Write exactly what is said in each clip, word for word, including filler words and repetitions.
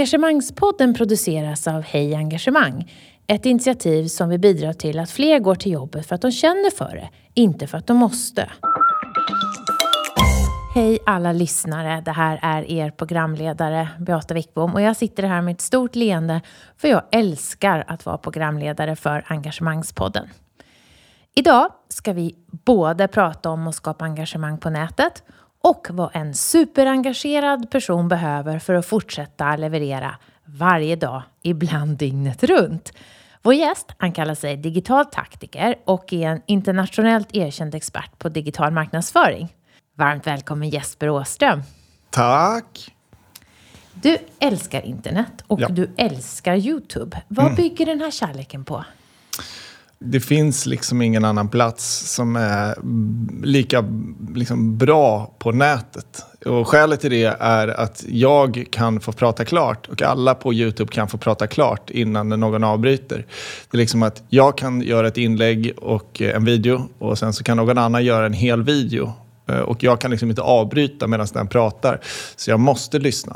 Engagemangspodden produceras av Hej Engagemang. Ett initiativ som vi bidrar till att fler går till jobbet för att de känner för det, inte för att de måste. Hej alla lyssnare, det här är er programledare Beata Wickbom och jag sitter här med ett stort leende för jag älskar att vara programledare för Engagemangspodden. Idag ska vi både prata om att skapa engagemang på nätet och vad en superengagerad person behöver för att fortsätta leverera varje dag, ibland dygnet runt. Vår gäst, han kallar sig digital taktiker och är en internationellt erkänd expert på digital marknadsföring. Varmt välkommen Jesper Åström. Tack. Du älskar internet och ja. du älskar YouTube. Vad mm. bygger den här kärleken på? Det finns liksom ingen annan plats som är lika liksom bra på nätet. Och skälet till det är att jag kan få prata klart och alla på YouTube kan få prata klart innan någon avbryter. Det är liksom att jag kan göra ett inlägg och en video och sen så kan någon annan göra en hel video. Och jag kan liksom inte avbryta medan den pratar. Så jag måste lyssna.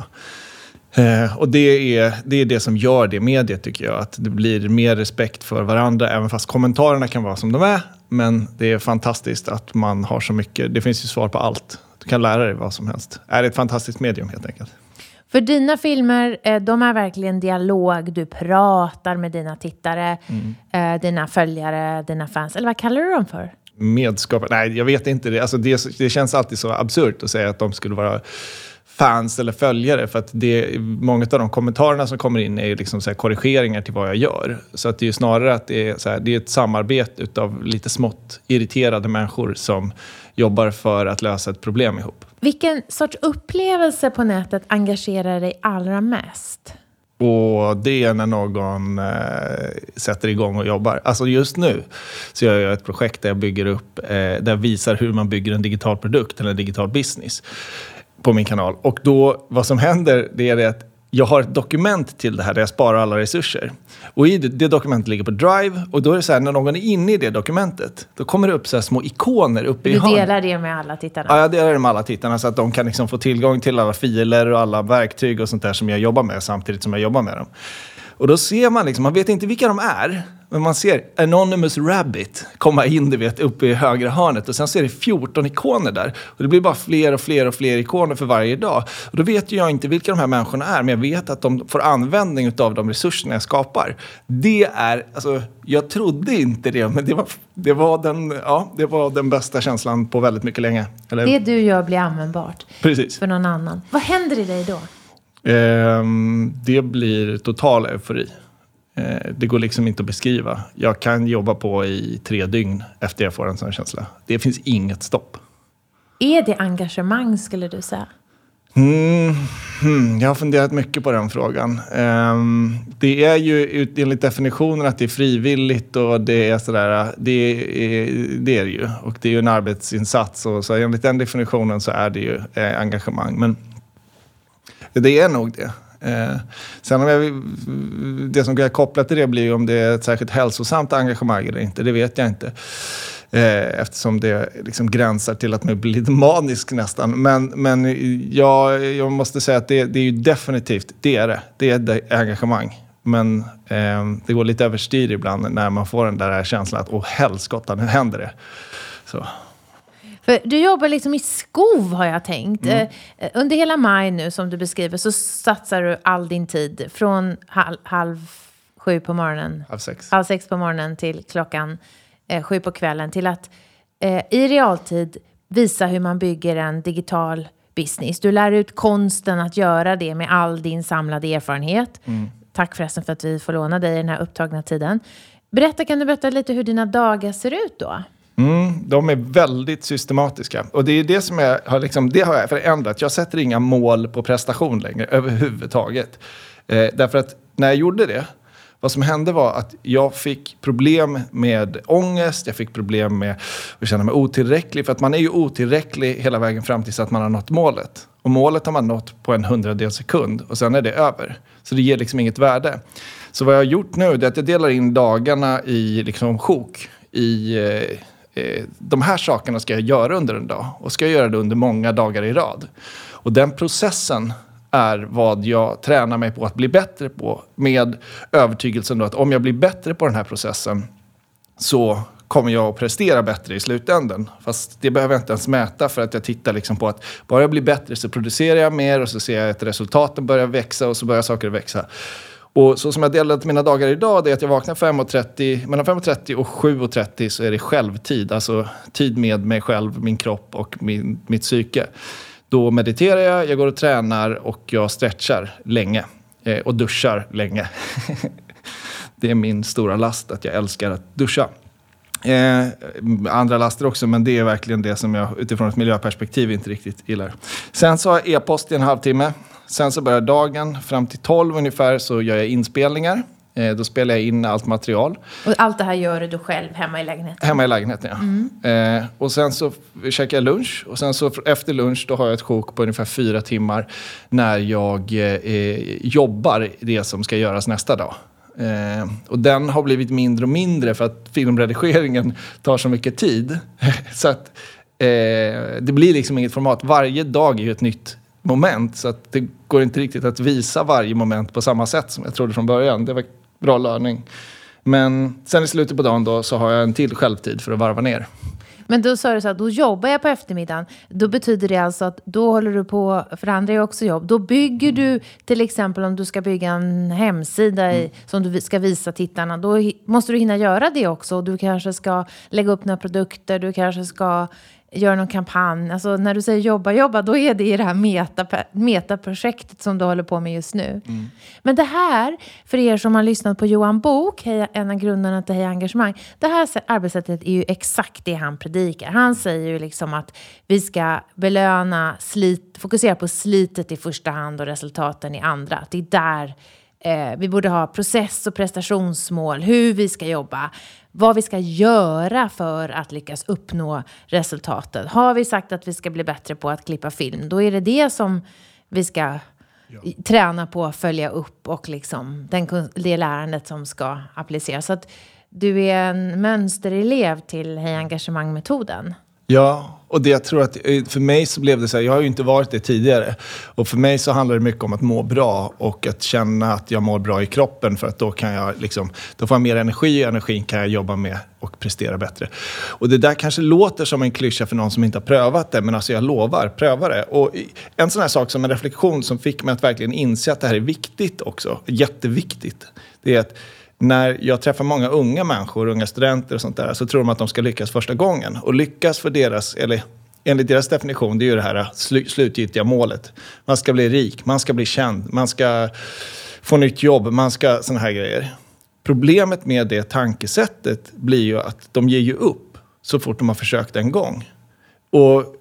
Eh, och det är, det är det som gör det mediet tycker jag. Att det blir mer respekt för varandra. Även fast kommentarerna kan vara som de är. Men det är fantastiskt att man har så mycket. Det finns ju svar på allt. Du kan lära dig vad som helst. Det är ett fantastiskt medium helt enkelt. För dina filmer, de är verkligen dialog. Du pratar med dina tittare. Mm. Dina följare, dina fans. Eller vad kallar du dem för? Medskapare. Nej, jag vet inte det. Alltså det, det känns alltid så absurt att säga att de skulle vara fans eller följare. För att det, många av de kommentarerna som kommer in är ju liksom så här korrigeringar till vad jag gör. Så att det är ju snarare att det är, så här, det är ett samarbete av lite smått irriterade människor som jobbar för att lösa ett problem ihop. Vilken sorts upplevelse på nätet engagerar dig allra mest? Och det är när någon eh, sätter igång och jobbar. Alltså just nu så gör jag ett projekt där jag bygger upp, eh, där jag visar hur man bygger en digital produkt eller en digital business på min kanal. Och då, vad som händer, det är det att jag har ett dokument till det här där jag sparar alla resurser. Och i det, det dokumentet ligger på Drive. Och då är det så här, när någon är inne i det dokumentet, då kommer det upp så här små ikoner uppe i hörnet. Du delar det med alla tittarna? Ja, jag delar det med alla tittarna så att de kan liksom få tillgång till alla filer och alla verktyg och sånt där som jag jobbar med samtidigt som jag jobbar med dem. Och då ser man liksom, man vet inte vilka de är, men man ser Anonymous Rabbit komma in, du vet, uppe i högra hörnet. Och sen så är det fjorton ikoner där. Och det blir bara fler och fler och fler ikoner för varje dag. Och då vet ju jag inte vilka de här människorna är, men jag vet att de får användning av de resurserna jag skapar. Det är, alltså, jag trodde inte det, men det var, det var, den, ja, det var den bästa känslan på väldigt mycket länge. Eller? Det du gör blir användbart. Precis. För någon annan. Vad händer i dig då? Um, det blir total eufori. Uh, det går liksom inte att beskriva. Jag kan jobba på i tre dygn efter jag får en sån känsla. Det finns inget stopp. Är det engagemang skulle du säga? Mm, hmm, jag har funderat mycket på den frågan. Um, det är ju enligt definitionen att det är frivilligt och det är sådär, det är, det är det ju. Och det är ju en arbetsinsats och så enligt den definitionen så är det ju eh, engagemang. Men det är nog det. Eh, sen om jag, det som kan koppla till det blir ju om det är ett särskilt hälsosamt engagemang eller inte. Det vet jag inte. Eh, eftersom det liksom gränsar till att man blir lite manisk nästan. Men, men jag, jag måste säga att det, det är ju definitivt, det är det. Det är det engagemang. Men eh, det går lite överstyr ibland när man får den där känslan att åh helskotta, nu händer det. Så. För du jobbar liksom i skov har jag tänkt. Mm. Eh, under hela maj nu som du beskriver så satsar du all din tid från halv, halv sju på morgonen. Halv sex. Halv sex på morgonen till klockan eh, sju på kvällen. Till att eh, i realtid visa hur man bygger en digital business. Du lär ut konsten att göra det med all din samlade erfarenhet. Mm. Tack förresten för att vi får låna dig i den här upptagna tiden. Berätta, kan du berätta lite hur dina dagar ser ut då? Mm, de är väldigt systematiska. Och det är det som jag har, liksom, det har jag förändrat. Jag sätter inga mål på prestation längre överhuvudtaget. Eh, därför att när jag gjorde det, vad som hände var att jag fick problem med ångest. Jag fick problem med att känna mig otillräcklig. För att man är ju otillräcklig hela vägen fram tills att man har nått målet. Och målet har man nått på en hundradel sekund. Och sen är det över. Så det ger liksom inget värde. Så vad jag har gjort nu är att jag delar in dagarna i liksom sjok. I... Eh, de här sakerna ska jag göra under en dag. Och ska jag göra det under många dagar i rad. Och den processen är vad jag tränar mig på att bli bättre på. Med övertygelsen då att om jag blir bättre på den här processen så kommer jag att prestera bättre i slutändan. Fast det behöver jag inte ens mäta för att jag tittar liksom på att bara jag blir bättre så producerar jag mer och så ser jag att resultaten börjar växa och så börjar saker växa. Och så som jag delat mina dagar idag, det är att jag vaknar fem och trettio, mellan fem och trettio och sju och trettio så är det självtid. Alltså tid med mig själv, min kropp och min, mitt psyke. Då mediterar jag, jag går och tränar och jag stretchar länge. Eh, och duschar länge. Det är min stora last att jag älskar att duscha. Eh, andra laster också, men det är verkligen det som jag utifrån ett miljöperspektiv inte riktigt gillar. Sen så har jag e-post i en halvtimme. Sen så börjar dagen, fram till tolv ungefär så gör jag inspelningar. Eh, då spelar jag in allt material. Och allt det här gör du själv hemma i lägenheten? Hemma i lägenheten, ja. Mm. Eh, och sen så käkar jag lunch. Och sen så efter lunch då har jag ett sjok på ungefär fyra timmar när jag eh, jobbar det som ska göras nästa dag. Eh, och den har blivit mindre och mindre för att filmredigeringen tar så mycket tid. Så att eh, det blir liksom inget format. Varje dag är ju ett nytt moment. Så att det går inte riktigt att visa varje moment på samma sätt som jag trodde från början. Det var bra löning. Men sen i slutet på dagen då så har jag en till självtid för att varva ner. Men då sa du så att då jobbar jag på eftermiddagen. Då betyder det alltså att då håller du på, för andra är också jobb. Då bygger du till exempel om du ska bygga en hemsida i, mm. som du ska visa tittarna. Då måste du hinna göra det också. Du kanske ska lägga upp några produkter. Du kanske ska göra någon kampanj. Alltså när du säger jobba, jobba, då är det i det här meta, metaprojektet som du håller på med just nu. Mm. Men det här, för er som har lyssnat på Johan Bok, en av grundarna till Hej Engagemang, det här arbetssättet är ju exakt det han predikar. Han säger ju liksom att vi ska belöna, slit, fokusera på slitet i första hand och resultaten i andra. Att det är där eh, vi borde ha process- och prestationsmål, hur vi ska jobba, vad vi ska göra för att lyckas uppnå resultatet. Har vi sagt att vi ska bli bättre på att klippa film, då är det det som vi ska ja. träna på att följa upp och liksom den, det lärandet som ska appliceras. Så att du är en mönsterelev till Hej Engagemang-metoden. Ja, och det jag tror att för mig så blev det så här, jag har ju inte varit det tidigare. Och för mig så handlar det mycket om att må bra och att känna att jag mår bra i kroppen för att då kan jag liksom, då får jag mer energi och energin kan jag jobba med och prestera bättre. Och det där kanske låter som en klyscha för någon som inte har prövat det, men alltså jag lovar, pröva det. Och en sån här sak som en reflektion som fick mig att verkligen inse att det här är viktigt också, jätteviktigt, det är att när jag träffar många unga människor, unga studenter och sånt där, så tror de att de ska lyckas första gången. Och lyckas för deras, eller enligt deras definition, det är ju det här sl- slutgiltiga målet. Man ska bli rik, man ska bli känd, man ska få nytt jobb, man ska såna här grejer. Problemet med det tankesättet blir ju att de ger ju upp så fort de har försökt en gång. Och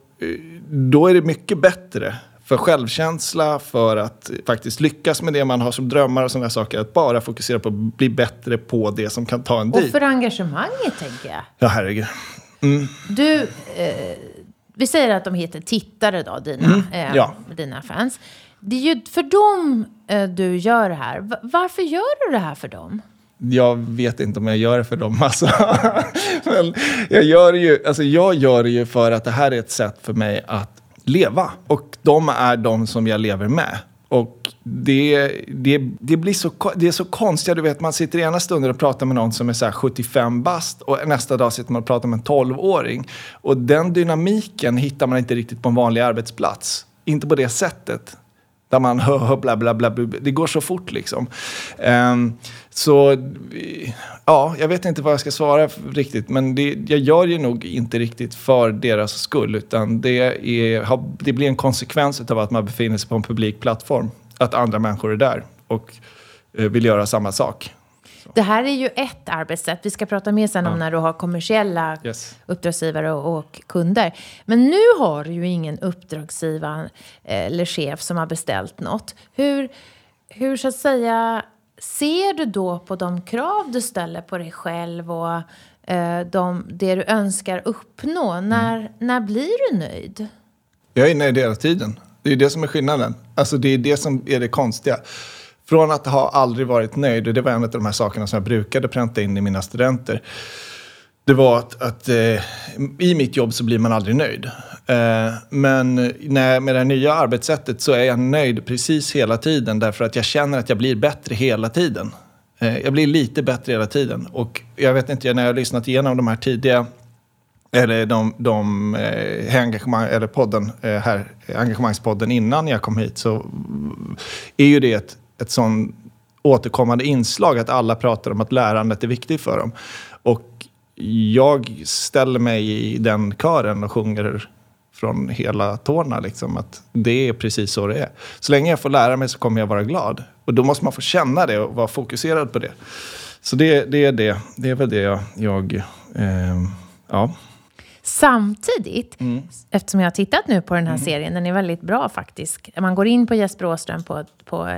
då är det mycket bättre för självkänsla, för att faktiskt lyckas med det man har som drömmar och sådana saker. Att bara fokusera på att bli bättre på det som kan ta en dit. Och för engagemanget, tänker jag. Ja, herregud. Mm. Du, eh, vi säger att de heter tittare då, dina, mm. eh, ja. dina fans. Det är ju för dem eh, du gör det här. V- varför gör du det här för dem? Jag vet inte om jag gör det för dem. Alltså. Men jag gör, det ju, alltså jag gör det ju för att det här är ett sätt för mig att leva. Och de är de som jag lever med. Och det, det, det blir så, det är så konstigt. Du vet, man sitter ena stunden och pratar med någon som är så här sjuttiofem bast. Och nästa dag sitter man och pratar med en tolvåring. Och den dynamiken hittar man inte riktigt på en vanlig arbetsplats. Inte på det sättet. Där man hör, hör bla, bla, bla, bla. Det går så fort liksom. Um, så ja, jag vet inte vad jag ska svara riktigt. Men det, jag gör ju nog inte riktigt för deras skull. Utan det, är, det blir en konsekvens av att man befinner sig på en publik plattform. Att andra människor är där och vill göra samma sak. Det här är ju ett arbetssätt. Vi ska prata mer sen om ja. när du har kommersiella yes. uppdragsgivare och, och kunder. Men nu har du ju ingen uppdragsgivare eller chef som har beställt något. Hur, hur så att säga ser du då på de krav du ställer på dig själv och eh, de, det du önskar uppnå? När, mm. när blir du nöjd? Jag är nöjd hela tiden. Det är det som är skillnaden. Alltså det är det som är det konstiga. Från att ha aldrig varit nöjd, och det var en av de här sakerna som jag brukade pränta in i mina studenter. Det var att, att eh, i mitt jobb så blir man aldrig nöjd. Eh, men när, med det här nya arbetssättet så är jag nöjd precis hela tiden. Därför att jag känner att jag blir bättre hela tiden. Eh, jag blir lite bättre hela tiden. Och jag vet inte, när jag har lyssnat igenom de här tidiga... Eller de, de eh, engagemang, eller podden, eh, här, engagemangspodden innan jag kom hit. Så är ju det ett, ett sån återkommande inslag att alla pratar om att lärandet är viktigt för dem. Och jag ställer mig i den kören och sjunger från hela tårna liksom, att det är precis så det är. Så länge jag får lära mig så kommer jag vara glad. Och då måste man få känna det och vara fokuserad på det. Så det, det är det. Det är väl det jag... jag eh, ja. Samtidigt, mm. eftersom jag har tittat nu på den här mm. serien, den är väldigt bra faktiskt. Man går in på Jesper Åström på, på,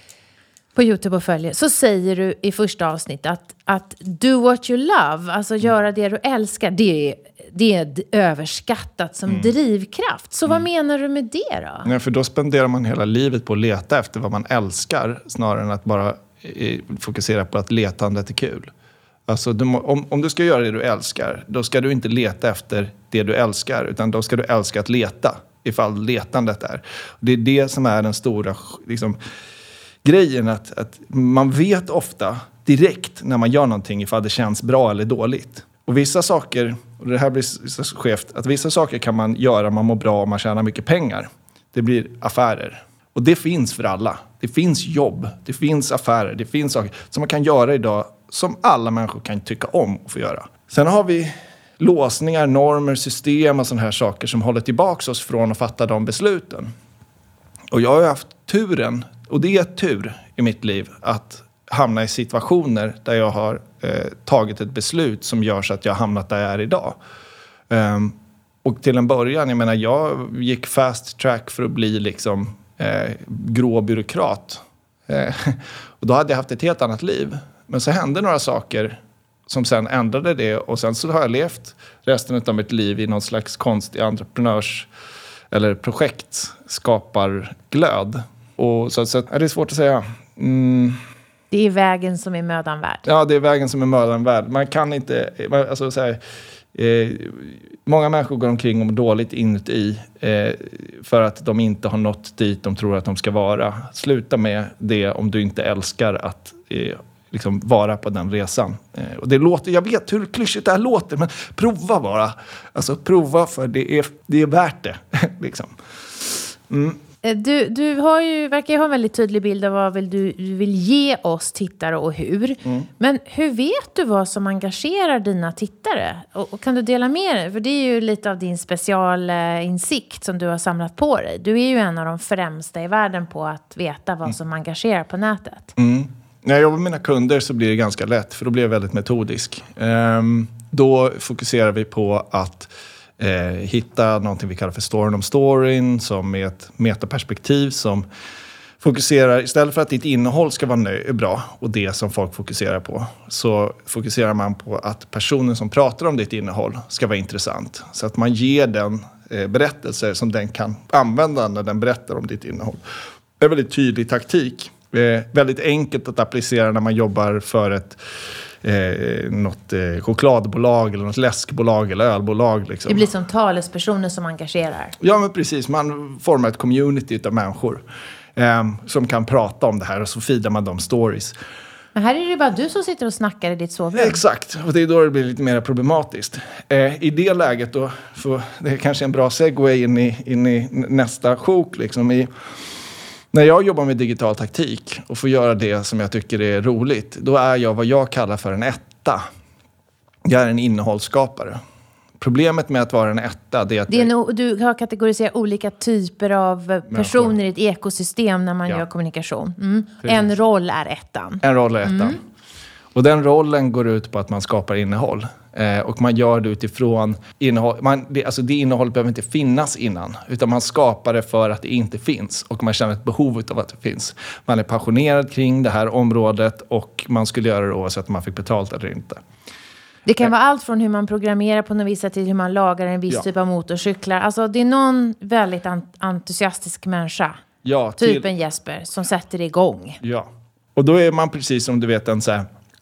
på YouTube och följer, så säger du i första avsnittet att, att do what you love, alltså mm. göra det du älskar, det är, det är överskattat som mm. drivkraft. Så mm. vad menar du med det då? Nej, för då spenderar man hela livet på att leta efter vad man älskar, snarare än att bara eh, fokusera på att letandet är kul. Alltså, du må, om, om du ska göra det du älskar, då ska du inte leta efter det du älskar, utan då ska du älska att leta, ifall letandet är. Det är det som är den stora liksom, grejen, att, att man vet ofta direkt när man gör någonting ifall det känns bra eller dåligt. Och vissa saker, och det här blir så skevt, att vissa saker kan man göra, man mår bra och man tjänar mycket pengar. Det blir affärer. Och det finns för alla. Det finns jobb, det finns affärer, det finns saker som man kan göra idag som alla människor kan tycka om och få göra. Sen har vi låsningar, normer, system och sådana här saker som håller tillbaka oss från att fatta de besluten. Och jag har haft turen, och det är tur i mitt liv, att hamna i situationer där jag har eh, tagit ett beslut som gör så att jag har hamnat där jag är idag. Um, och till en början, jag menar, jag gick fast track för att bli liksom eh, grå byråkrat. Eh, och då hade jag haft ett helt annat liv. Men så hände några saker som sen ändrade det. Och sen så har jag levt resten av mitt liv i någon slags konstig entreprenörs- eller projekt skapar glöd. Och så, så är det svårt att säga. Mm. Det är vägen som är mödan värd. Ja, det är vägen som är mödan värd. Man kan inte... Alltså, så här, eh, många människor går omkring och mår dåligt inuti eh, för att de inte har nått dit de tror att de ska vara. Sluta med det om du inte älskar att... Eh, liksom vara på den resan. Eh, och det låter, jag vet hur klyschigt det här låter, men prova bara. Alltså prova, för det är, det är värt det. liksom. Mm. Du, du har ju, verkar ju ha en väldigt tydlig bild av vad vill du, du vill ge oss tittare och hur. Mm. Men hur vet du vad som engagerar dina tittare? Och, och kan du dela med dig? För det är ju lite av din specialinsikt som du har samlat på dig. Du är ju en av de främsta i världen på att veta vad som engagerar på nätet. Mm. När jag jobbar med mina kunder så blir det ganska lätt, för då blir jag väldigt metodisk. Ehm, då fokuserar vi på att eh, hitta någonting vi kallar för storyn om storyn, som är ett metaperspektiv som fokuserar, istället för att ditt innehåll ska vara nöj- bra och det som folk fokuserar på, så fokuserar man på att personen som pratar om ditt innehåll ska vara intressant. Så att man ger den eh, berättelser som den kan använda när den berättar om ditt innehåll. Det är en väldigt tydlig taktik. Eh, väldigt enkelt att applicera när man jobbar för ett eh, något eh, chokladbolag eller något läskbolag eller ölbolag. Liksom. Det blir som talespersoner som engagerar. Ja, men precis. Man formar ett community av människor eh, som kan prata om det här, och så feedar man de stories. Men här är det bara du som sitter och snackar i ditt sovrum. Exakt, och det är då det blir lite mer problematiskt. Eh, I det läget då, för det är kanske en bra segway in i, in i nästa sjok liksom i... När jag jobbar med digital taktik och får göra det som jag tycker är roligt, då är jag vad jag kallar för en etta. Jag är en innehållsskapare. Problemet med att vara en etta, det är att... Det är no, du har kategoriserat olika typer av personer människor i ett ekosystem när man ja. gör kommunikation. Mm. En roll är ettan. En roll är ettan. Mm. Och den rollen går ut på att man skapar innehåll. Eh, och man gör det utifrån innehåll. Man, det, alltså det innehållet behöver inte finnas innan. Utan man skapar det för att det inte finns. Och man känner ett behov av att det finns. Man är passionerad kring det här området. Och man skulle göra det oavsett om man fick betalt eller inte. Det kan vara allt från hur man programmerar på något vis till hur man lagar en viss ja. typ av motorcyklar. Alltså det är någon väldigt entusiastisk människa. Ja, till... Typen Jesper som sätter igång. Ja. Och då är man precis som du vet en så här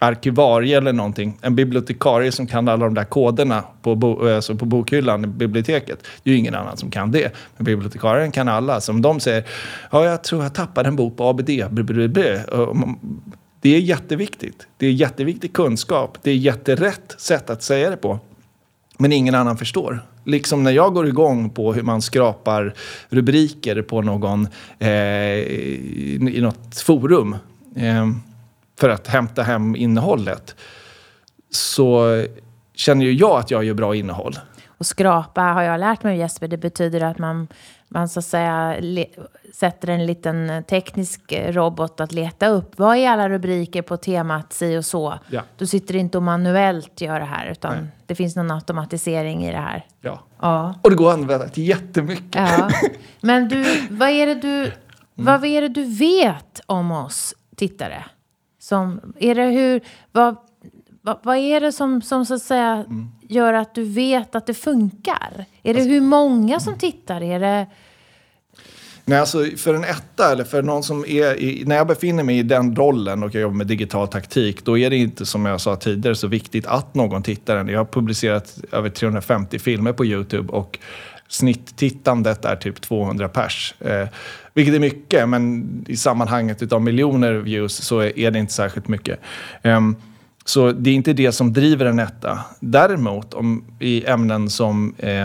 arkivarie eller någonting, en bibliotekarie som kan alla de där koderna på, bo, alltså på bokhyllan i biblioteket. Det är ju ingen annan som kan det. Men bibliotekarien kan alla. Som de säger, ja jag tror jag tappade en bok på A B D. Det är jätteviktigt. Det är jätteviktig kunskap. Det är jätterätt sätt att säga det på. Men ingen annan förstår. Liksom när jag går igång på hur man skrapar rubriker på någon eh, i, i något forum eh, för att hämta hem innehållet, så känner ju jag att jag gör bra innehåll. Och skrapa har jag lärt mig, Jesper, det betyder att man, man så att säga le, sätter en liten teknisk robot att leta upp. Vad är alla rubriker på temat si och så? Ja. Du sitter inte och manuellt gör det här, utan Nej. det finns någon automatisering i det här. Ja. Ja. Och det går att använda till jättemycket. Ja. Men du, vad är det du, vad är det du vet om oss tittare? Som, är det hur, vad, vad, vad är det som, som så att säga mm. gör att du vet att det funkar? Är det alltså, hur många som tittar? Är det... Nej, alltså för en etta eller för någon som är i, när jag befinner mig i den rollen och jag jobbar med digital taktik, då är det inte, som jag sa tidigare, så viktigt att någon tittar än. Jag har publicerat över trehundrafemtio filmer på YouTube och snitttittandet är typ tvåhundra pers. Eh, vilket är mycket, men i sammanhanget utav miljoner views så är, är det inte särskilt mycket. Eh, så det är inte det som driver en etta. Däremot om, i ämnen som... Eh,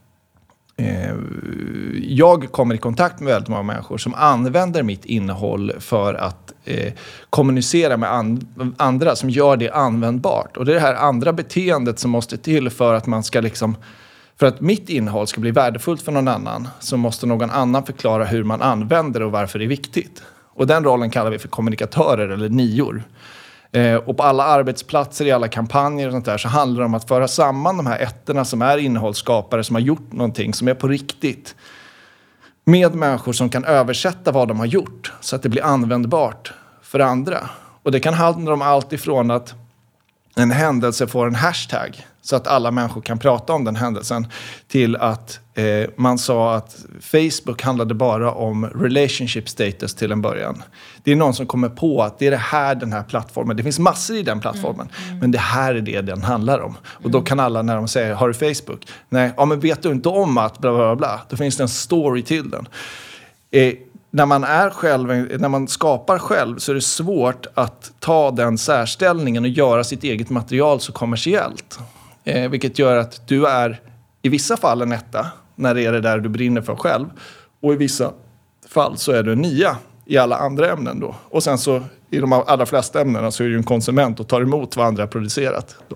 jag kommer i kontakt med väldigt många människor som använder mitt innehåll för att eh, kommunicera med and- andra, som gör det användbart. Och det är det här andra beteendet som måste till för att man ska liksom, för att mitt innehåll ska bli värdefullt för någon annan, så måste någon annan förklara hur man använder det och varför det är viktigt. Och den rollen kallar vi för kommunikatörer eller nior. Eh, och på alla arbetsplatser, i alla kampanjer och sånt där, så handlar det om att föra samman de här ettorna som är innehållsskapare, som har gjort någonting som är på riktigt, med människor som kan översätta vad de har gjort så att det blir användbart för andra. Och det kan handla om allt ifrån att en händelse får en hashtag så att alla människor kan prata om den händelsen, till att eh, man sa att Facebook handlade bara om relationship status till en början. Det är någon som kommer på att det är det här, den här plattformen. Det finns massor i den plattformen, mm, mm. men det här är det den handlar om. Och mm. då kan alla, när de säger, har du Facebook? Nej, ja, men vet du inte om att bla bla bla. Då finns det en story till den. Eh, När man är själv, när man skapar själv, så är det svårt att ta den särställningen och göra sitt eget material så kommersiellt. Eh, vilket gör att du är i vissa fall en etta när det är det där du brinner för själv. Och i vissa fall så är du en nia i alla andra ämnen då. Och sen så i de allra flesta ämnena så är du en konsument och tar emot vad andra har producerat då.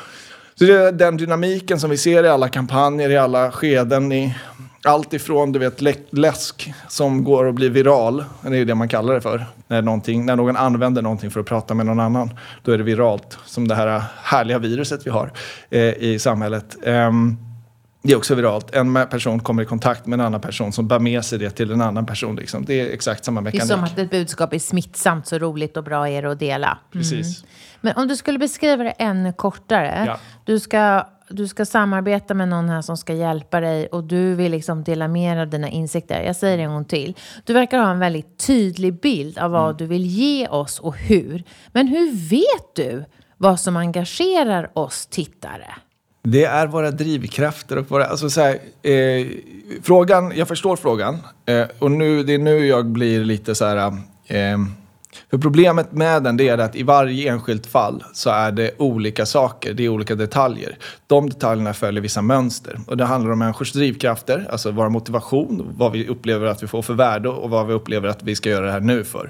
Så det är den dynamiken som vi ser i alla kampanjer, i alla skeden, i allt ifrån, du vet, lä- läsk som går att bli viral. Det är ju det man kallar det för. När, någonting, när någon använder någonting för att prata med någon annan, då är det viralt. Som det här härliga viruset vi har eh, i samhället. Um, det är också viralt. En person kommer i kontakt med en annan person som bär med sig det till en annan person. Liksom. Det är exakt samma mekanik. Det är som att ett budskap är smittsamt, så roligt och bra är det att dela. Mm. Precis. Men om du skulle beskriva det ännu kortare. Ja. Du ska... Du ska samarbeta med någon här som ska hjälpa dig, och du vill liksom dela med dig av dina insikter. Jag säger det en gång till. Du verkar ha en väldigt tydlig bild av vad mm. du vill ge oss och hur. Men hur vet du vad som engagerar oss tittare? Det är våra drivkrafter och våra, alltså så här, eh, frågan, jag förstår frågan. Eh, och nu, det är nu jag blir lite så här... Eh, För problemet med den, det är att i varje enskilt fall så är det olika saker, det är olika detaljer. De detaljerna följer vissa mönster. Och det handlar om människors drivkrafter, alltså vår motivation, vad vi upplever att vi får för värde och vad vi upplever att vi ska göra det här nu för.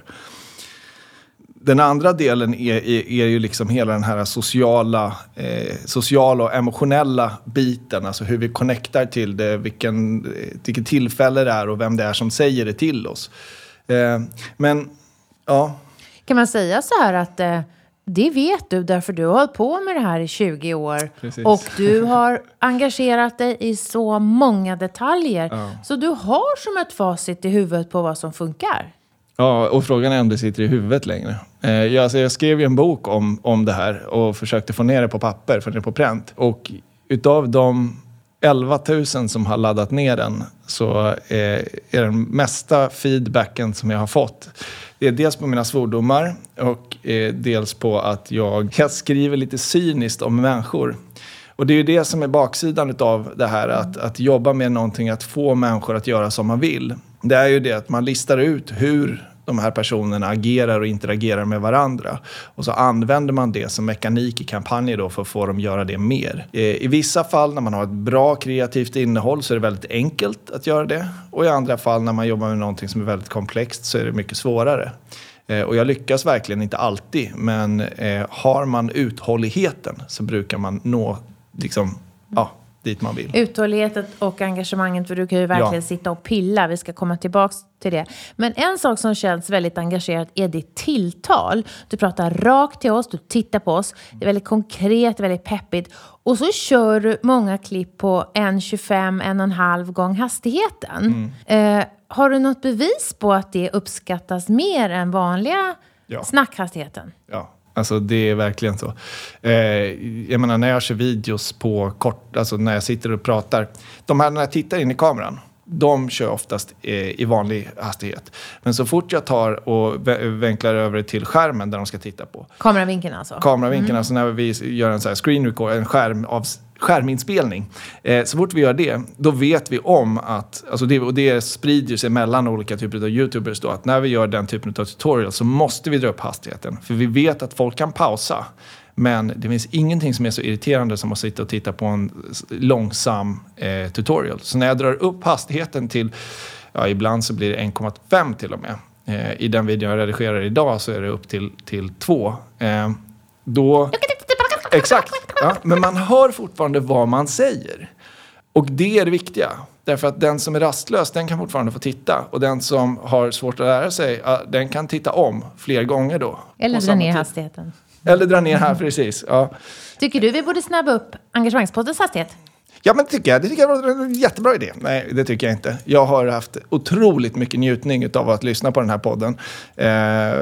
Den andra delen är, är, är ju liksom hela den här sociala, eh, sociala och emotionella biten. Alltså hur vi connectar till det, vilken, vilken tillfälle det är och vem det är som säger det till oss. Eh, men... Ja. Kan man säga så här att eh, det vet du därför du har hållit på med det här i tjugo år. Precis. Och du har engagerat dig i så många detaljer. Ja. Så du har som ett facit i huvudet på vad som funkar. Ja, och frågan är om det sitter i huvudet längre. Eh, jag, alltså jag skrev ju en bok om, om det här och försökte få ner det på papper, för det är på pränt. Och utav de elva tusen som har laddat ner den, så eh, är den mesta feedbacken som jag har fått, det är dels på mina svordomar och eh, dels på att jag, jag skriver lite cyniskt om människor. Och det är ju det som är baksidan av det här, att, att jobba med någonting, att få människor att göra som man vill. Det är ju det att man listar ut hur de här personerna agerar och interagerar med varandra. Och så använder man det som mekanik i kampanjer då för att få dem göra det mer. I vissa fall när man har ett bra kreativt innehåll så är det väldigt enkelt att göra det. Och i andra fall när man jobbar med någonting som är väldigt komplext så är det mycket svårare. Och jag lyckas verkligen inte alltid, men har man uthålligheten så brukar man nå liksom, ja, dit man vill. Uthålligheten och engagemanget, för du kan ju verkligen ja. sitta och pilla. Vi ska komma tillbaka till det. Men en sak som känns väldigt engagerat är ditt tilltal. Du pratar rakt till oss, du tittar på oss. Det är väldigt konkret, väldigt peppigt. Och så kör du många klipp på en tjugofem, en och en halv gång hastigheten. Mm. Eh, har du något bevis på att det uppskattas mer än vanliga ja. snackhastigheten? Ja. Alltså det är verkligen så. Eh, jag menar när jag kör videos på kort, alltså när jag sitter och pratar. De här när jag tittar in i kameran, de kör oftast eh, i vanlig hastighet. Men så fort jag tar och vä- vänklar över till skärmen där de ska titta på. Kameravinkeln alltså? Kameravinkeln, mm. alltså när vi gör en så här screen record, en skärm av skärminspelning. Eh, så fort vi gör det, då vet vi om att, alltså det, och det sprider sig mellan olika typer av YouTubers då, att när vi gör den typen av tutorial så måste vi dra upp hastigheten. För vi vet att folk kan pausa. Men det finns ingenting som är så irriterande som att sitta och titta på en långsam eh, tutorial. Så när jag drar upp hastigheten till, ja ibland så blir det en komma fem till och med. Eh, I den videon jag redigerar idag så är det upp till, till två. Eh, då... Exakt, ja, men man hör fortfarande vad man säger. Och det är det viktiga. Därför att den som är rastlös, den kan fortfarande få titta. Och den som har svårt att lära sig, den kan titta om fler gånger då. Eller dra ner hastigheten. Eller dra ner här, precis. Ja. Tycker du vi borde snabba upp engagemangspoddens hastighet? Ja, men det tycker jag. Det tycker jag var en jättebra idé. Nej, det tycker jag inte. Jag har haft otroligt mycket njutning av att lyssna på den här podden. Eh,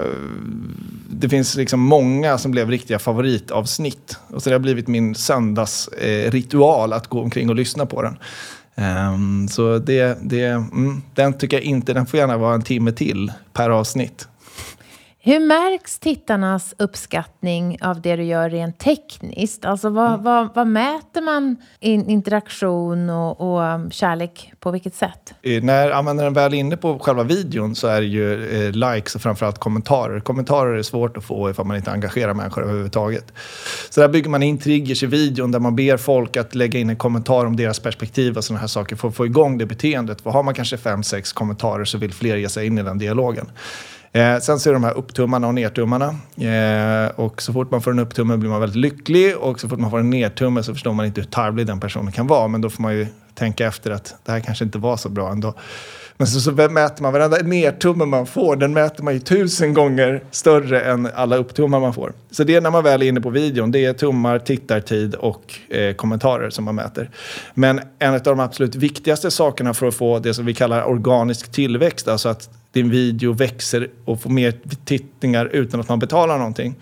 det finns liksom många som blev riktiga favoritavsnitt. Och så det har blivit min söndagsritual eh, att gå omkring och lyssna på den. Um, så det, det, mm, den tycker jag inte, den får gärna vara en timme till per avsnitt. Hur märks tittarnas uppskattning av det du gör rent tekniskt? Alltså vad, mm. vad, vad mäter man in interaktion och, och kärlek på vilket sätt? När användaren väl är inne på själva videon så är det ju eh, likes och framförallt kommentarer. Kommentarer är svårt att få ifall man inte engagerar människor överhuvudtaget. Så där bygger man in triggers i videon där man ber folk att lägga in en kommentar om deras perspektiv och sådana här saker för att få igång det beteendet. För har man kanske fem, sex kommentarer så vill fler ge sig in i den dialogen. Eh, sen så är de här upptummarna och nertummarna. Eh, och så fort man får en upptumme blir man väldigt lycklig. Och så fort man får en nertumme så förstår man inte hur tarvlig den personen kan vara. Men då får man ju tänka efter att det här kanske inte var så bra ändå. Men så, så mäter man varenda nertumme man får. Den mäter man ju tusen gånger större än alla upptummar man får. Så det är när man väl är inne på videon. Det är tummar, tittartid och eh, kommentarer som man mäter. Men en av de absolut viktigaste sakerna för att få det som vi kallar organisk tillväxt. Alltså att din video växer och får mer tittningar utan att man betalar någonting.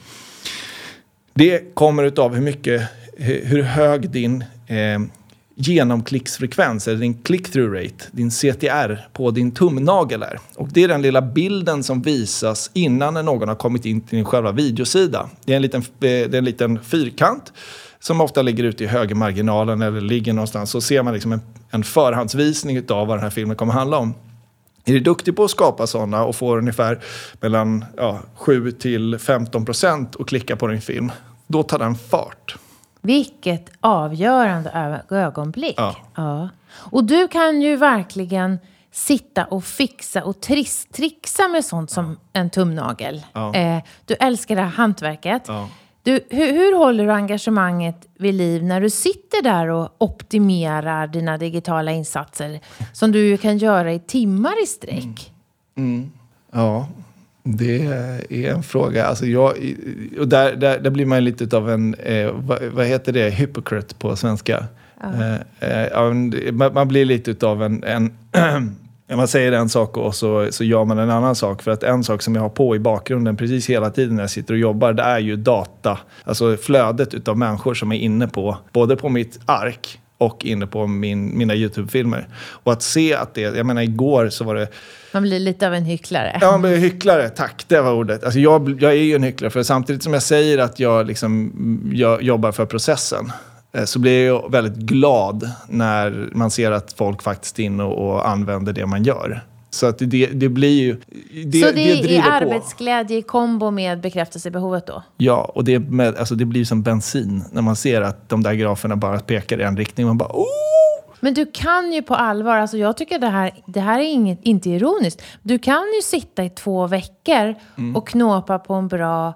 Det kommer utav hur mycket, hur hög din eh, genomklicksfrekvens eller din click-through rate, din C T R på din tumnagel är. Och det är den lilla bilden som visas innan någon har kommit in till din själva videosida. Det är en liten, det är en liten fyrkant som ofta ligger ute i högermarginalen eller ligger någonstans. Så ser man liksom en, en förhandsvisning utav vad den här filmen kommer handla om. Är du duktig på att skapa sådana och får ungefär mellan ja, sju till femton procent och klicka på din film, då tar den fart. Vilket avgörande ögonblick. Ja. Ja. Och du kan ju verkligen sitta och fixa och tris- trixa med sånt som en tumnagel. Ja. Eh, du älskar det här hantverket. Ja. Du, hur, hur håller du engagemanget vid liv när du sitter där och optimerar dina digitala insatser som du kan göra i timmar i sträck? Mm. Mm. Ja, det är en fråga. Alltså jag, och där, där, där blir man lite av en, eh, vad, vad heter det, hypocrite på svenska. Ja. Eh, eh, man, man blir lite av en... en man säger en sak och så, så gör man en annan sak. För att en sak som jag har på i bakgrunden precis hela tiden när jag sitter och jobbar, det är ju data. Alltså flödet utav människor som är inne på, både på mitt ark och inne på min, mina YouTube-filmer. Och att se att det, jag menar igår så var det... Man blir lite av en hycklare. Ja, man blir hycklare, tack, det var ordet. Alltså jag, jag är ju en hycklare, för samtidigt som jag säger att jag, liksom, jag jobbar för processen, så blir jag väldigt glad när man ser att folk faktiskt är inne och, och använder det man gör. Så att det, det blir ju... Det, så det, det är arbetsglädje i kombo med bekräftelsebehovet då? Ja, och det, med, alltså det blir som bensin när man ser att de där graferna bara pekar i en riktning. Man bara, oh! Men du kan ju på allvar, alltså jag tycker det här, det här är inget, inte ironiskt. Du kan ju sitta i två veckor mm. och knåpa på en bra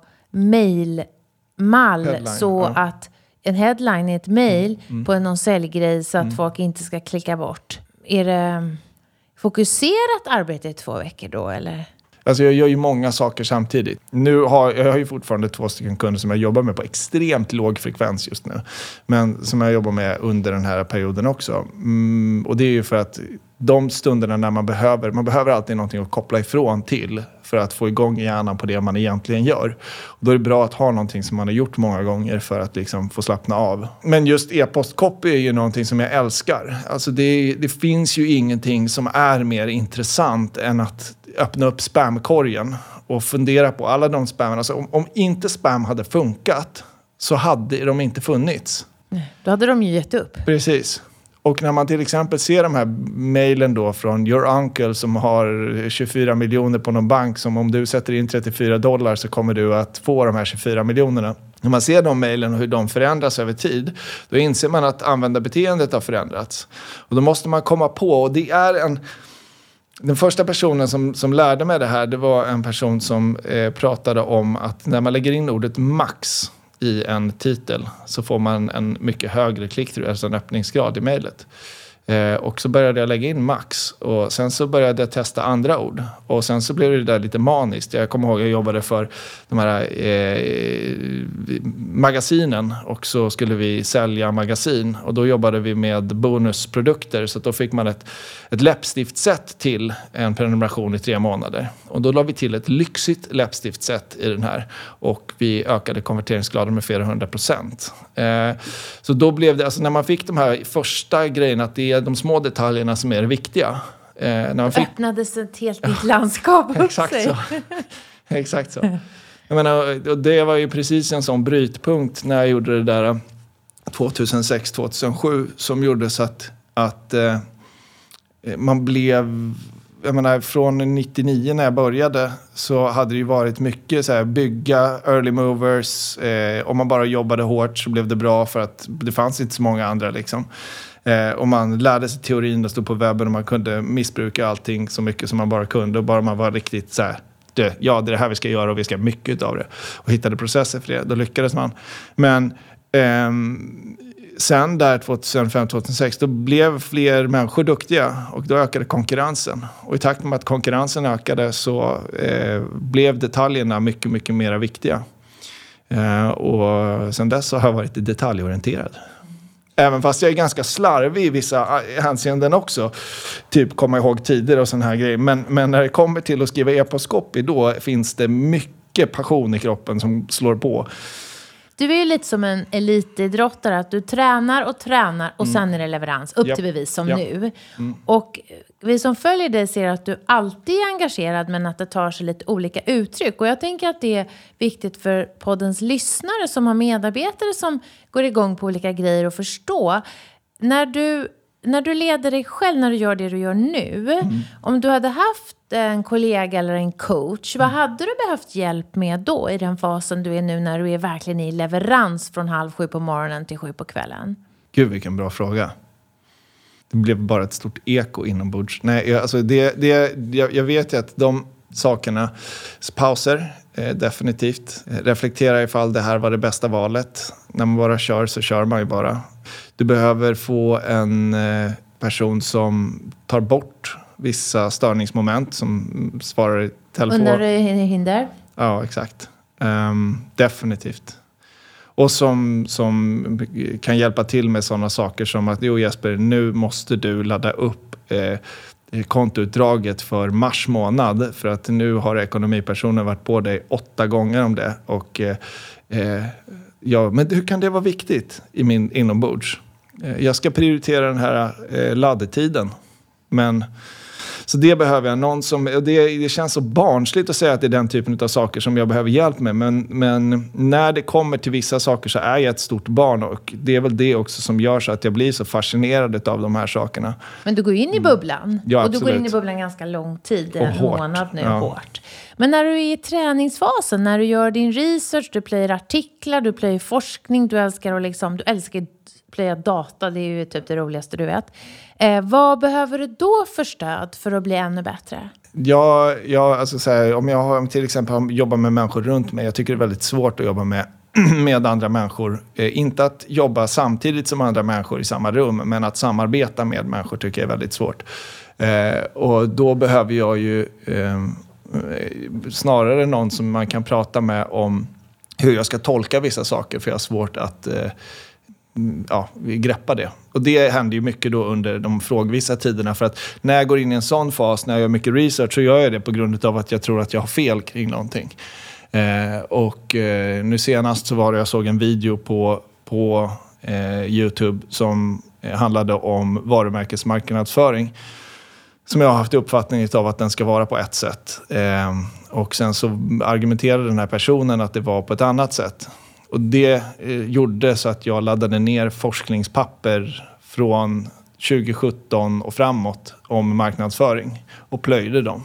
mailmall så ja. att en headline är ett mail mm. Mm. på någon säljgrej så att mm. folk inte ska klicka bort. Är det fokuserat arbete i två veckor då, eller? Alltså jag gör ju många saker samtidigt. Nu har jag har ju fortfarande två stycken kunder som jag jobbar med på extremt låg frekvens just nu. Men som jag jobbar med under den här perioden också. Mm, och det är ju för att de stunderna när man behöver, man behöver alltid någonting att koppla ifrån till för att få igång hjärnan på det man egentligen gör. Och då är det bra att ha någonting som man har gjort många gånger för att liksom få slappna av. Men just e-postcopy är ju någonting som jag älskar. Alltså det, det finns ju ingenting som är mer intressant än att öppna upp spamkorgen och fundera på alla de spammen. Alltså om, om inte spam hade funkat så hade de inte funnits. Då hade de ju gett upp. Precis. Och när man till exempel ser de här mejlen då från your uncle som har tjugofyra miljoner på någon bank, som om du sätter in trettiofyra dollar så kommer du att få de här tjugofyra miljonerna. När man ser de mejlen och hur de förändras över tid, då inser man att användarbeteendet har förändrats. Och då måste man komma på, och det är en... Den första personen som, som lärde mig det här, det var en person som eh, pratade om att när man lägger in ordet max i en titel så får man en mycket högre click-through, alltså en öppningsgrad i mejlet. Eh, och så började jag lägga in max och sen så började jag testa andra ord. Och sen så blev det där lite maniskt. Jag kommer ihåg jag jobbade för de här eh, magasinen och så skulle vi sälja magasin. Och då jobbade vi med bonusprodukter, så att då fick man ett, ett läppstiftset till en prenumeration i tre månader. Och då la vi till ett lyxigt läppstiftset i den här och vi ökade konverteringsgraden med flera hundra procent. Eh, så då blev det, alltså när man fick de här första grejerna, att det är de små detaljerna som är det viktiga. Eh, när man fick... öppnades ett helt nytt landskap upp Exakt sig. så. Exakt så. Jag menar, det var ju precis en sån brytpunkt när jag gjorde det där tjugohundrasex tjugohundrasju som gjorde så att, att eh, man blev... Jag menar, från nittionio när jag började så hade det ju varit mycket så här, bygga early movers. Eh, om man bara jobbade hårt så blev det bra för att det fanns inte så många andra liksom. Eh, och man lärde sig teorin och stod på webben och man kunde missbruka allting så mycket som man bara kunde. Och bara man var riktigt så här, det, ja det är det här vi ska göra och vi ska ha mycket av det. Och hittade processer för det, då lyckades man. Men... Ehm, Sen där tjugohundrafem tjugohundrasex då blev fler människor duktiga och då ökade konkurrensen. Och i takt med att konkurrensen ökade så eh, blev detaljerna mycket, mycket mer viktiga. Eh, och sen dess så har jag varit detaljorienterad. Även fast jag är ganska slarvig i vissa hänseenden också. Typ komma ihåg tider och sån här grejer. Men, men när det kommer till att skriva e-postcopy då finns det mycket passion i kroppen som slår på. Du är ju lite som en elitidrottare, att du tränar och tränar och mm. sen är det leverans. Upp yep. till bevis som yep. nu. Mm. Och vi som följer dig ser att du alltid är engagerad men att det tar sig lite olika uttryck. Och jag tänker att det är viktigt för poddens lyssnare som har medarbetare som går igång på olika grejer och förstå. När du, när du leder dig själv, när du gör det du gör nu. Mm. Om du hade haft en kollega eller en coach, vad hade du behövt hjälp med då i den fasen du är nu när du är verkligen i leverans från halv sju på morgonen till sju på kvällen? Gud, vilken bra fråga. Det blev bara ett stort eko inombords. Nej, jag, alltså det, det, jag, jag vet ju att de sakerna, pauser, eh, definitivt. Reflektera ifall det här var det bästa valet. När man bara kör så kör man ju bara. Du behöver få en eh, person som tar bort vissa störningsmoment som svarar i telefon. Undrar du hinder? Ja, exakt. Um, definitivt. Och som, som kan hjälpa till med sådana saker som att jo Jesper, nu måste du ladda upp eh, kontoutdraget för mars månad för att nu har ekonomipersonen varit på dig åtta gånger om det. Och eh, ja, men hur kan det vara viktigt i min inombords? Eh, jag ska prioritera den här eh, laddetiden. Men... Så det behöver jag. Någon som, det, det känns så barnsligt att säga att det är den typen av saker som jag behöver hjälp med. Men, men när det kommer till vissa saker så är jag ett stort barn. Och det är väl det också som gör så att jag blir så fascinerad av de här sakerna. Men du går in i bubblan. Mm. Ja, och du absolut. går in i bubblan ganska lång tid. Och En hårt. månad nu, Ja. hårt. Men när du är i träningsfasen, när du gör din research, du plöjer artiklar, du plöjer forskning, du älskar att liksom, du älskar att plöja data, det är ju typ det roligaste du vet. Eh, vad behöver du då för stöd för att bli ännu bättre? Ja, ja alltså så här, om jag har, till exempel jobbar med människor runt mig, jag tycker det är väldigt svårt att jobba med, med andra människor. Eh, inte att jobba samtidigt som andra människor i samma rum, men att samarbeta med människor tycker jag är väldigt svårt. Eh, och då behöver jag ju eh, snarare någon som man kan prata med om hur jag ska tolka vissa saker, för jag har svårt att eh, ja, greppa det. Och det händer ju mycket då under de frågvisa tiderna, för att när jag går in i en sån fas, när jag gör mycket research, så gör jag det på grund av att jag tror att jag har fel kring någonting. Eh, och eh, nu senast så var det, jag såg en video på, på eh, YouTube som eh, handlade om varumärkesmarknadsföring, som jag har haft uppfattning av att den ska vara på ett sätt. Eh, och sen så argumenterade den här personen att det var på ett annat sätt. Och det eh, gjorde så att jag laddade ner forskningspapper från tjugo sjutton och framåt om marknadsföring och plöjde dem.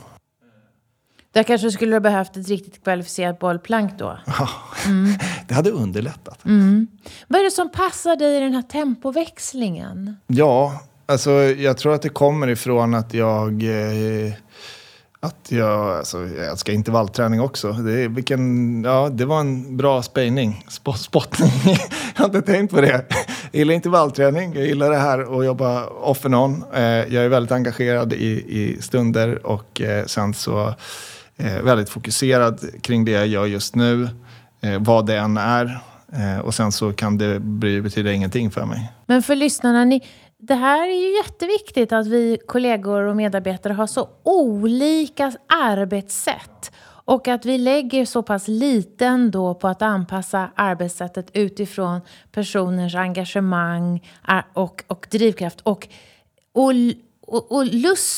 Där kanske skulle du ha behövt ett riktigt kvalificerat bollplank då. Ja, mm. Det hade underlättat. Mm. Vad är det som passar dig i den här tempoväxlingen? Ja, alltså jag tror att det kommer ifrån att jag... Eh, Att jag, alltså, jag älskar intervallträning också. Det, vilken, ja, det var en bra spejning. Spot, spottning. Jag har inte tänkt på det. Jag gillar intervallträning. Jag gillar det här att jobba off and on. Eh, jag är väldigt engagerad i, i stunder. Och eh, sen så eh, väldigt fokuserad kring det jag gör just nu. Eh, vad det än är. Eh, och sen så kan det betyda ingenting för mig. Men för lyssnarna, ni... Det här är ju jätteviktigt att vi kollegor och medarbetare har så olika arbetssätt. Och att vi lägger så pass lite ändå på att anpassa arbetssättet utifrån personers engagemang och, och drivkraft. Och, och, och, och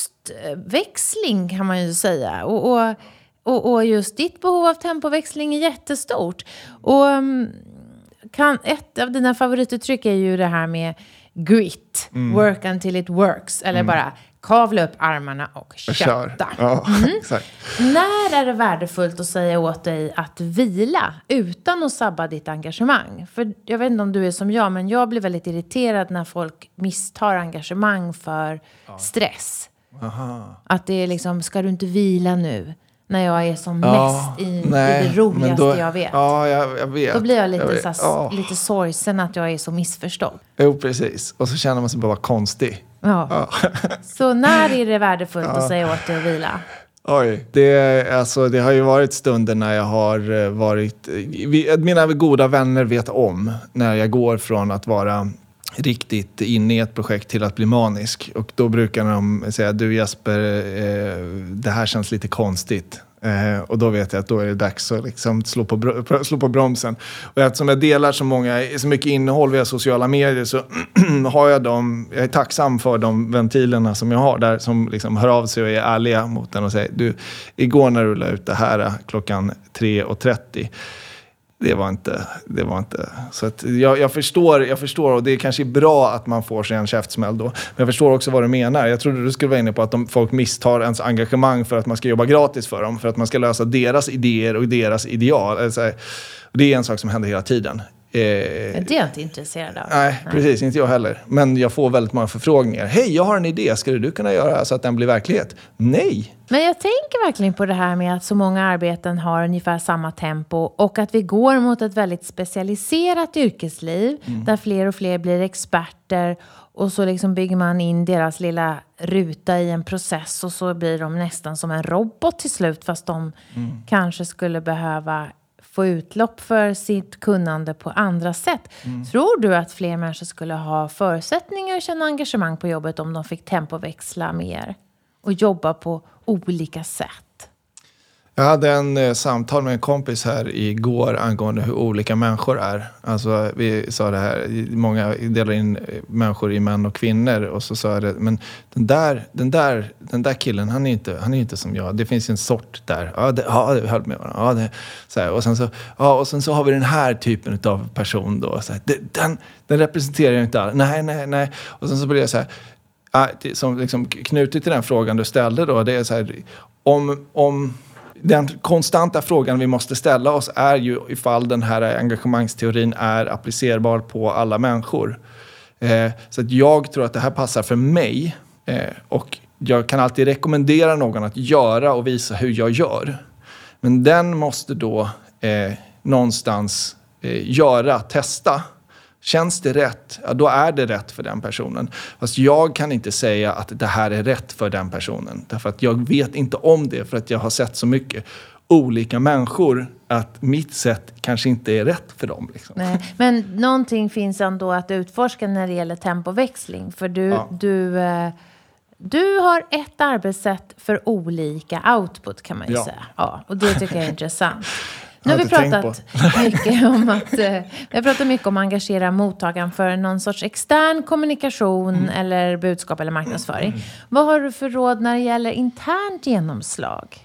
lustväxling kan man ju säga. Och, och, och, och just ditt behov av tempoväxling är jättestort. Och kan, ett av dina favorituttryck är ju det här med grit, mm. work until it works. Eller mm. bara kavla upp armarna och kötta. Ja, mm. exakt. När är det värdefullt att säga åt dig att vila utan att sabba ditt engagemang? För jag vet inte om du är som jag, men jag blir väldigt irriterad när folk misstar engagemang för ja. stress. Aha. Att det är liksom, ska du inte vila nu? När jag är som ja, mest i, nej, i det roligaste då, jag vet. Ja, jag, jag vet. Då blir jag lite, jag så, ja. lite sorgsen att jag är så missförstådd. Jo, precis. Och så känner man sig bara konstig. Ja. ja. Så när är det värdefullt ja. att säga åt dig att vila? Oj, det, alltså, det har ju varit stunder när jag har varit... Mina goda vänner vet om när jag går från att vara riktigt inne i ett projekt till att bli manisk. Och då brukar de säga, du Jesper, eh, det här känns lite konstigt. Eh, och då vet jag att då är det dags att liksom slå, på br- slå på bromsen. Och eftersom jag delar så, många, så mycket innehåll via sociala medier så har jag dem, jag är tacksam för de ventilerna som jag har där, som liksom hör av sig och är ärliga mot den och säger, du, igår när du la ut det här klockan tre och trettio, Det var inte, det var inte. Så att jag, jag, förstår, jag förstår, och det är kanske bra att man får sig en käftsmäll då. Men jag förstår också vad du menar. Jag trodde du skulle vara inne på att de, folk misstar ens engagemang för att man ska jobba gratis för dem. För att man ska lösa deras idéer och deras ideal. Alltså, det är en sak som händer hela tiden. Eh, det är jag inte intresserad av. Nej, nej, precis. Inte jag heller. Men jag får väldigt många förfrågningar. Hej, jag har en idé. Skulle du kunna göra så att den blir verklighet? Nej. Men jag tänker verkligen på det här med att så många arbeten har ungefär samma tempo. Och att vi går mot ett väldigt specialiserat yrkesliv. Mm. Där fler och fler blir experter. Och så liksom bygger man in deras lilla ruta i en process. Och så blir de nästan som en robot till slut. Fast de mm. kanske skulle behöva få utlopp för sitt kunnande på andra sätt. Mm. Tror du att fler människor skulle ha förutsättningar att känna engagemang på jobbet om de fick tempoväxla mer och jobba på olika sätt? Jag hade en eh, samtal med en kompis här igår angående hur olika människor är. Alltså vi sa det här, många delar in människor i män och kvinnor. Och så sa jag det, men den där, den där, den där killen, han är inte, han är inte som jag. Det finns en sort där. Ja, det, ja, det höll med varandra. Ja, det, så här. Och sen så, ja, och sen så har vi den här typen av person då. Så här, den, den representerar ju inte alla. Nej, nej, nej. Och sen så blir det så här, ja, det, som liksom knutet till den frågan du ställde då, det är så här, om... om den konstanta frågan vi måste ställa oss är ju ifall den här engagemangsteorin är applicerbar på alla människor. Eh, så att jag tror att det här passar för mig. Eh, och jag kan alltid rekommendera någon att göra och visa hur jag gör. Men den måste då eh, någonstans eh, göra, testa. Känns det rätt? Ja, då är det rätt för den personen. Fast jag kan inte säga att det här är rätt för den personen. Därför att jag vet inte om det. För att jag har sett så mycket olika människor att mitt sätt kanske inte är rätt för dem. Liksom. Nej, men någonting finns ändå att utforska när det gäller tempoväxling. För du, ja. du, eh, du har ett arbetssätt för olika output kan man ju ja. säga. Ja, och det tycker jag är intressant. Nu har vi pratat mycket om att eh, vi har pratat mycket om att engagera mottagaren för någon sorts extern kommunikation mm. eller budskap eller marknadsföring. Mm. Vad har du för råd när det gäller internt genomslag?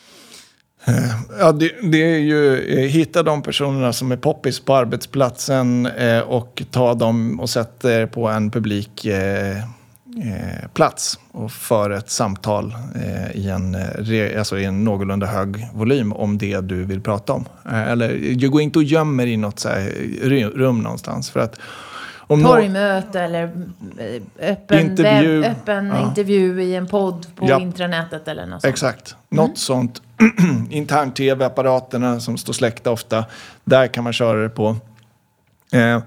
Ja, det, det är ju eh, hitta de personerna som är poppis på arbetsplatsen eh, och ta dem och sätta er på en publik eh, Eh, plats och för ett samtal eh, i, en, re, alltså i en någorlunda hög volym om det du vill prata om. Eh, eller du går inte och gömmer i något så här, rum någonstans. För att om torgmöte no- eller öppen, intervju, webb, öppen ja. intervju i en podd på ja. intranätet eller något sånt. Exakt, något mm. sånt. Intern-tv-apparaterna som står släckta ofta, där kan man köra det på. Eh,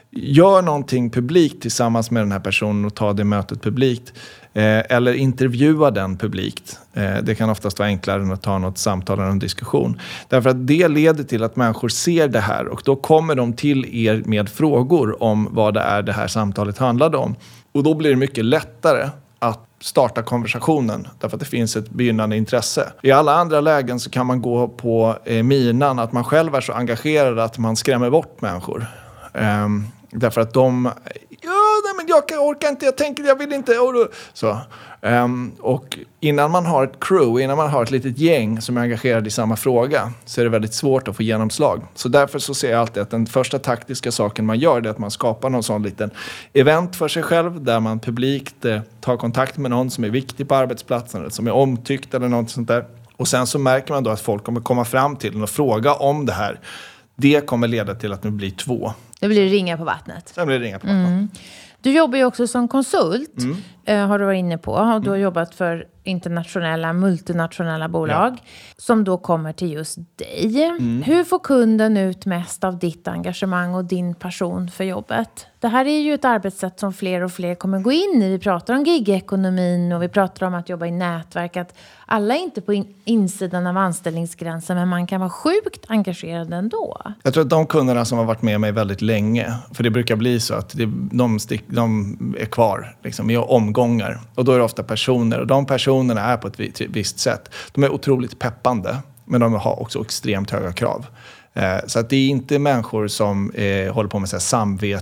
Gör någonting publikt tillsammans med den här personen och ta det mötet publikt. Eh, eller intervjua den publikt. Eh, det kan oftast vara enklare än att ta något samtal eller en diskussion. Därför att det leder till att människor ser det här. Och då kommer de till er med frågor om vad det är det här samtalet handlade om. Och då blir det mycket lättare att starta konversationen. Därför att det finns ett begynnande intresse. I alla andra lägen så kan man gå på eh, minan att man själv är så engagerad att man skrämmer bort människor. Um, därför att de ja, nej, men jag, jag orkar inte, jag tänker, jag vill inte så. Um, och innan man har ett crew, innan man har ett litet gäng som är engagerade i samma fråga, så är det väldigt svårt att få genomslag. Så därför så ser jag alltid att den första taktiska saken man gör, det är att man skapar någon sån liten event för sig själv, där man publikt eh, tar kontakt med någon som är viktig på arbetsplatsen eller som är omtyckt eller något sånt där. Och sen så märker man då att folk kommer komma fram till en och fråga om det här. Det kommer leda till att det blir två. Det blir ringar på vattnet. Sen blir det ringar på vattnet. Mm. Du jobbar ju också som konsult, mm. eh, har du varit inne på. Och du har jobbat för internationella, multinationella bolag ja. som då kommer till just dig. Mm. Hur får kunden ut mest av ditt engagemang och din passion för jobbet? Det här är ju ett arbetssätt som fler och fler kommer gå in i. Vi pratar om gig-ekonomin och vi pratar om att jobba i nätverk. Att alla är inte på in- insidan av anställningsgränsen, men man kan vara sjukt engagerad ändå. Jag tror att de kunderna som har varit med mig väldigt länge, för det brukar bli så att det, de, stick, de är kvar liksom, i omgångar. Och då är det ofta personer, och de personerna är på ett visst sätt. De är otroligt peppande, men de har också extremt höga krav. Så att det är inte människor som eh, håller på med så här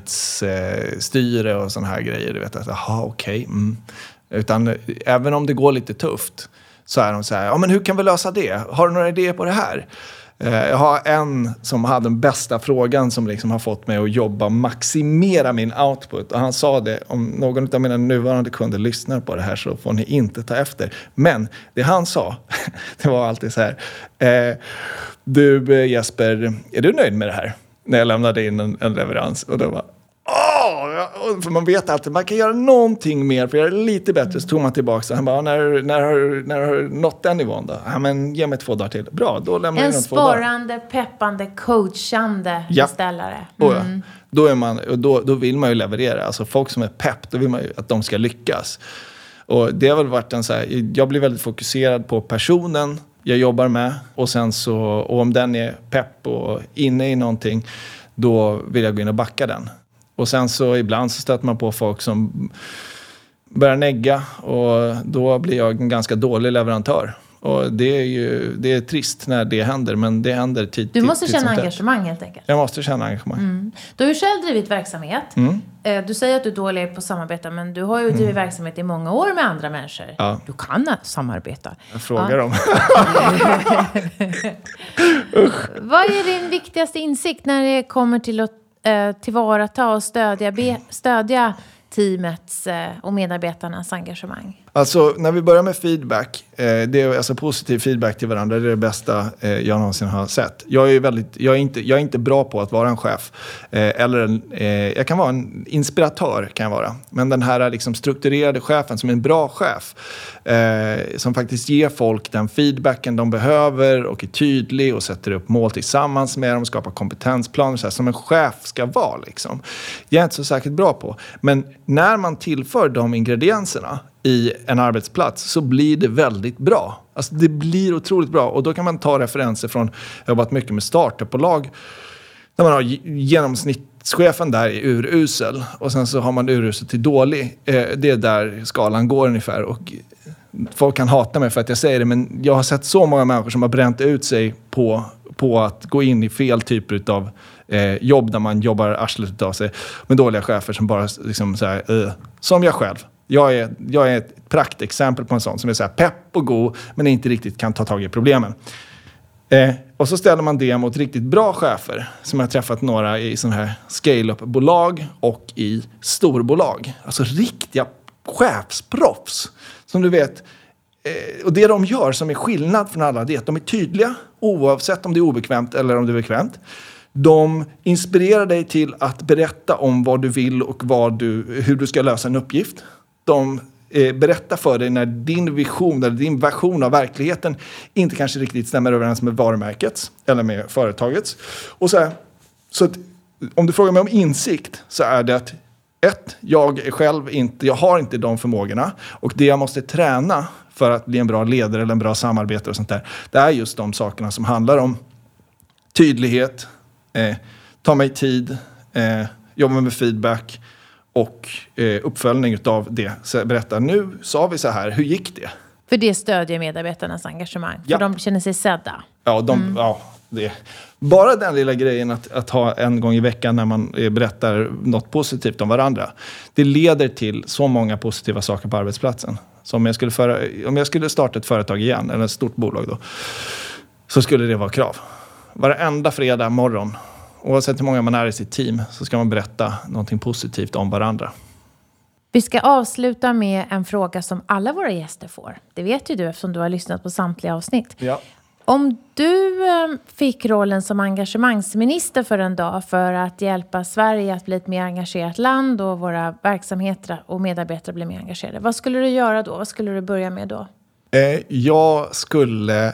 samvetsstyre eh, och såna här grejer. Du vet att, aha, okej. Okay, mm. Utan även om det går lite tufft så är de så här, ja men hur kan vi lösa det? Har du några idéer på det här? Eh, jag har en som hade den bästa frågan som liksom har fått mig att jobba, maximera min output. Och han sa det, om någon av mina nuvarande kunder lyssnar på det här så får ni inte ta efter. Men det han sa, det var alltid så här, eh, du Jesper, är du nöjd med det här? När jag lämnade in en, en leverans. Och då var åh, för man vet alltid, man kan göra någonting mer för att göra det lite bättre. Så tog man tillbaka så han bara, när, när, har, när har du nått den nivån då? Ja, men ge mig två dagar till. Bra, då lämnar jag in två dagar. En sparande, peppande, coachande ja. beställare. Mm. Och ja, då, är man, och då, då vill man ju leverera. Alltså folk som är pepp, då vill man ju att de ska lyckas. Och det har väl varit en så här, jag blir väldigt fokuserad på personen jag jobbar med. Och sen så, och om den är pepp och inne i någonting, då vill jag gå in och backa den. Och sen så ibland så stöter man på folk som börjar negga, och då blir jag en ganska dålig leverantör. Och det är ju det är trist när det händer, men det händer tid. Du måste tid, känna tid engagemang helt enkelt. Jag måste känna engagemang. Mm. Du har ju själv drivit verksamhet. Mm. Du säger att du är dålig på att samarbeta, men du har ju drivit mm. verksamhet i många år med andra människor. Ja. Du kan samarbeta. Jag frågar ja. dem. Vad är din viktigaste insikt när det kommer till att eh, tillvarata och stödja, be, stödja teamets eh, och medarbetarnas engagemang? Alltså, när vi börjar med feedback, eh, det är alltså positiv feedback till varandra, det är det bästa eh, jag någonsin har sett. Jag är, väldigt, jag är, inte, jag är inte bra på att vara en chef. Eh, eller en, eh, jag kan vara en inspiratör, kan jag vara. Men den här liksom strukturerade chefen som är en bra chef, eh, som faktiskt ger folk den feedbacken de behöver och är tydlig och sätter upp mål tillsammans med dem, skapar kompetensplaner, så här, som en chef ska vara. Liksom. Jag är inte så säkert bra på. Men när man tillför de ingredienserna i en arbetsplats så blir det väldigt bra. Alltså det blir otroligt bra. Och då kan man ta referenser från, jag har jobbat mycket med startupbolag, där man har genomsnittschefen där är urusel. Och sen så har man urusel till dålig. Det är där skalan går ungefär. Och folk kan hata mig för att jag säger det, men jag har sett så många människor som har bränt ut sig på, på att gå in i fel typer av eh, jobb där man jobbar arslet av sig med dåliga chefer som bara liksom så här, eh, som jag själv. Jag är, jag är ett praktexempel på en sån som är så här pepp och god men inte riktigt kan ta tag i problemen. Eh, och så ställer man det mot riktigt bra chefer som jag har träffat några i sån här scale-up-bolag och i storbolag. Alltså riktiga chefsproffs som du vet. Eh, och det de gör som är skillnad från alla det är att de är tydliga oavsett om det är obekvämt eller om det är bekvämt. De inspirerar dig till att berätta om vad du vill och vad du, hur du ska lösa en uppgift. De eh, berättar för dig när din vision eller din version av verkligheten inte kanske riktigt stämmer överens med varumärkets eller med företagets. Och så här, så att, om du frågar mig om insikt så är det att ett, jag är själv inte, jag har inte de förmågorna och det jag måste träna för att bli en bra ledare eller en bra samarbetare och sånt där, det är just de sakerna som handlar om tydlighet, eh, ta mig tid, eh, jobba med feedback och eh, uppföljning utav det. Så berätta, nu sa vi så här, hur gick det? För det stödjer medarbetarnas engagemang. För ja. de känner sig sedda. Ja, de, mm. ja det. Bara den lilla grejen att, att ha en gång i veckan när man eh, berättar något positivt om varandra. Det leder till så många positiva saker på arbetsplatsen. Så om jag skulle, föra, om jag skulle starta ett företag igen, eller ett stort bolag då, så skulle det vara krav. Varenda fredag morgon, oavsett hur många man är i sitt team, så ska man berätta någonting positivt om varandra. Vi ska avsluta med en fråga som alla våra gäster får. Det vet ju du eftersom du har lyssnat på samtliga avsnitt. Ja. Om du fick rollen som engagemangsminister för en dag för att hjälpa Sverige att bli ett mer engagerat land och våra verksamheter och medarbetare blir mer engagerade, vad skulle du göra då? Vad skulle du börja med då? Eh, jag skulle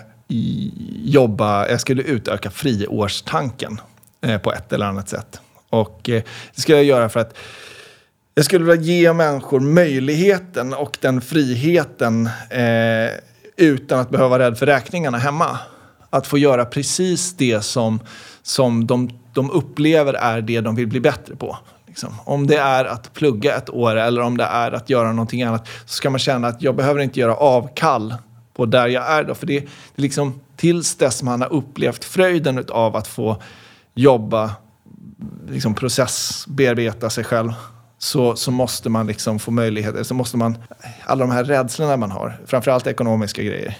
jobba, jag skulle utöka friårstanken eh, på ett eller annat sätt. Och eh, det skulle jag göra för att jag skulle vilja ge människor möjligheten och den friheten eh, utan att behöva vara rädd för räkningarna hemma. Att få göra precis det som, som de, de upplever är det de vill bli bättre på. Liksom. Om det är att plugga ett år eller om det är att göra någonting annat, så ska man känna att jag behöver inte göra avkall på där jag är då. För det, det är liksom tills dess man har upplevt fröjden av att få jobba, liksom processbearbeta sig själv. Så, så måste man liksom få möjligheter, så måste man, alla de här rädslorna man har, framförallt ekonomiska grejer,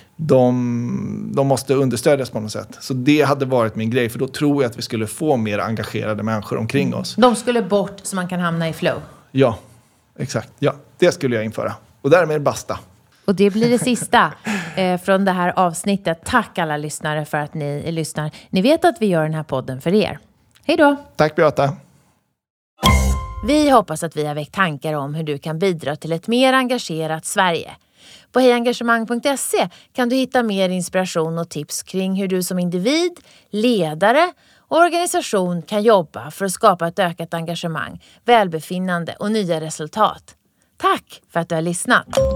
de, de måste understödjas på något sätt. Så det hade varit min grej, för då tror jag att vi skulle få mer engagerade människor omkring oss. De skulle bort så man kan hamna i flow. Ja, exakt. Ja, det skulle jag införa. Och därmed basta. Och det blir det sista eh, från det här avsnittet. Tack alla lyssnare för att ni lyssnar. Ni vet att vi gör den här podden för er. Hej då! Tack Beata! Vi hoppas att vi har väckt tankar om hur du kan bidra till ett mer engagerat Sverige. På hejengagemang punkt se kan du hitta mer inspiration och tips kring hur du som individ, ledare och organisation kan jobba för att skapa ett ökat engagemang, välbefinnande och nya resultat. Tack för att du har lyssnat!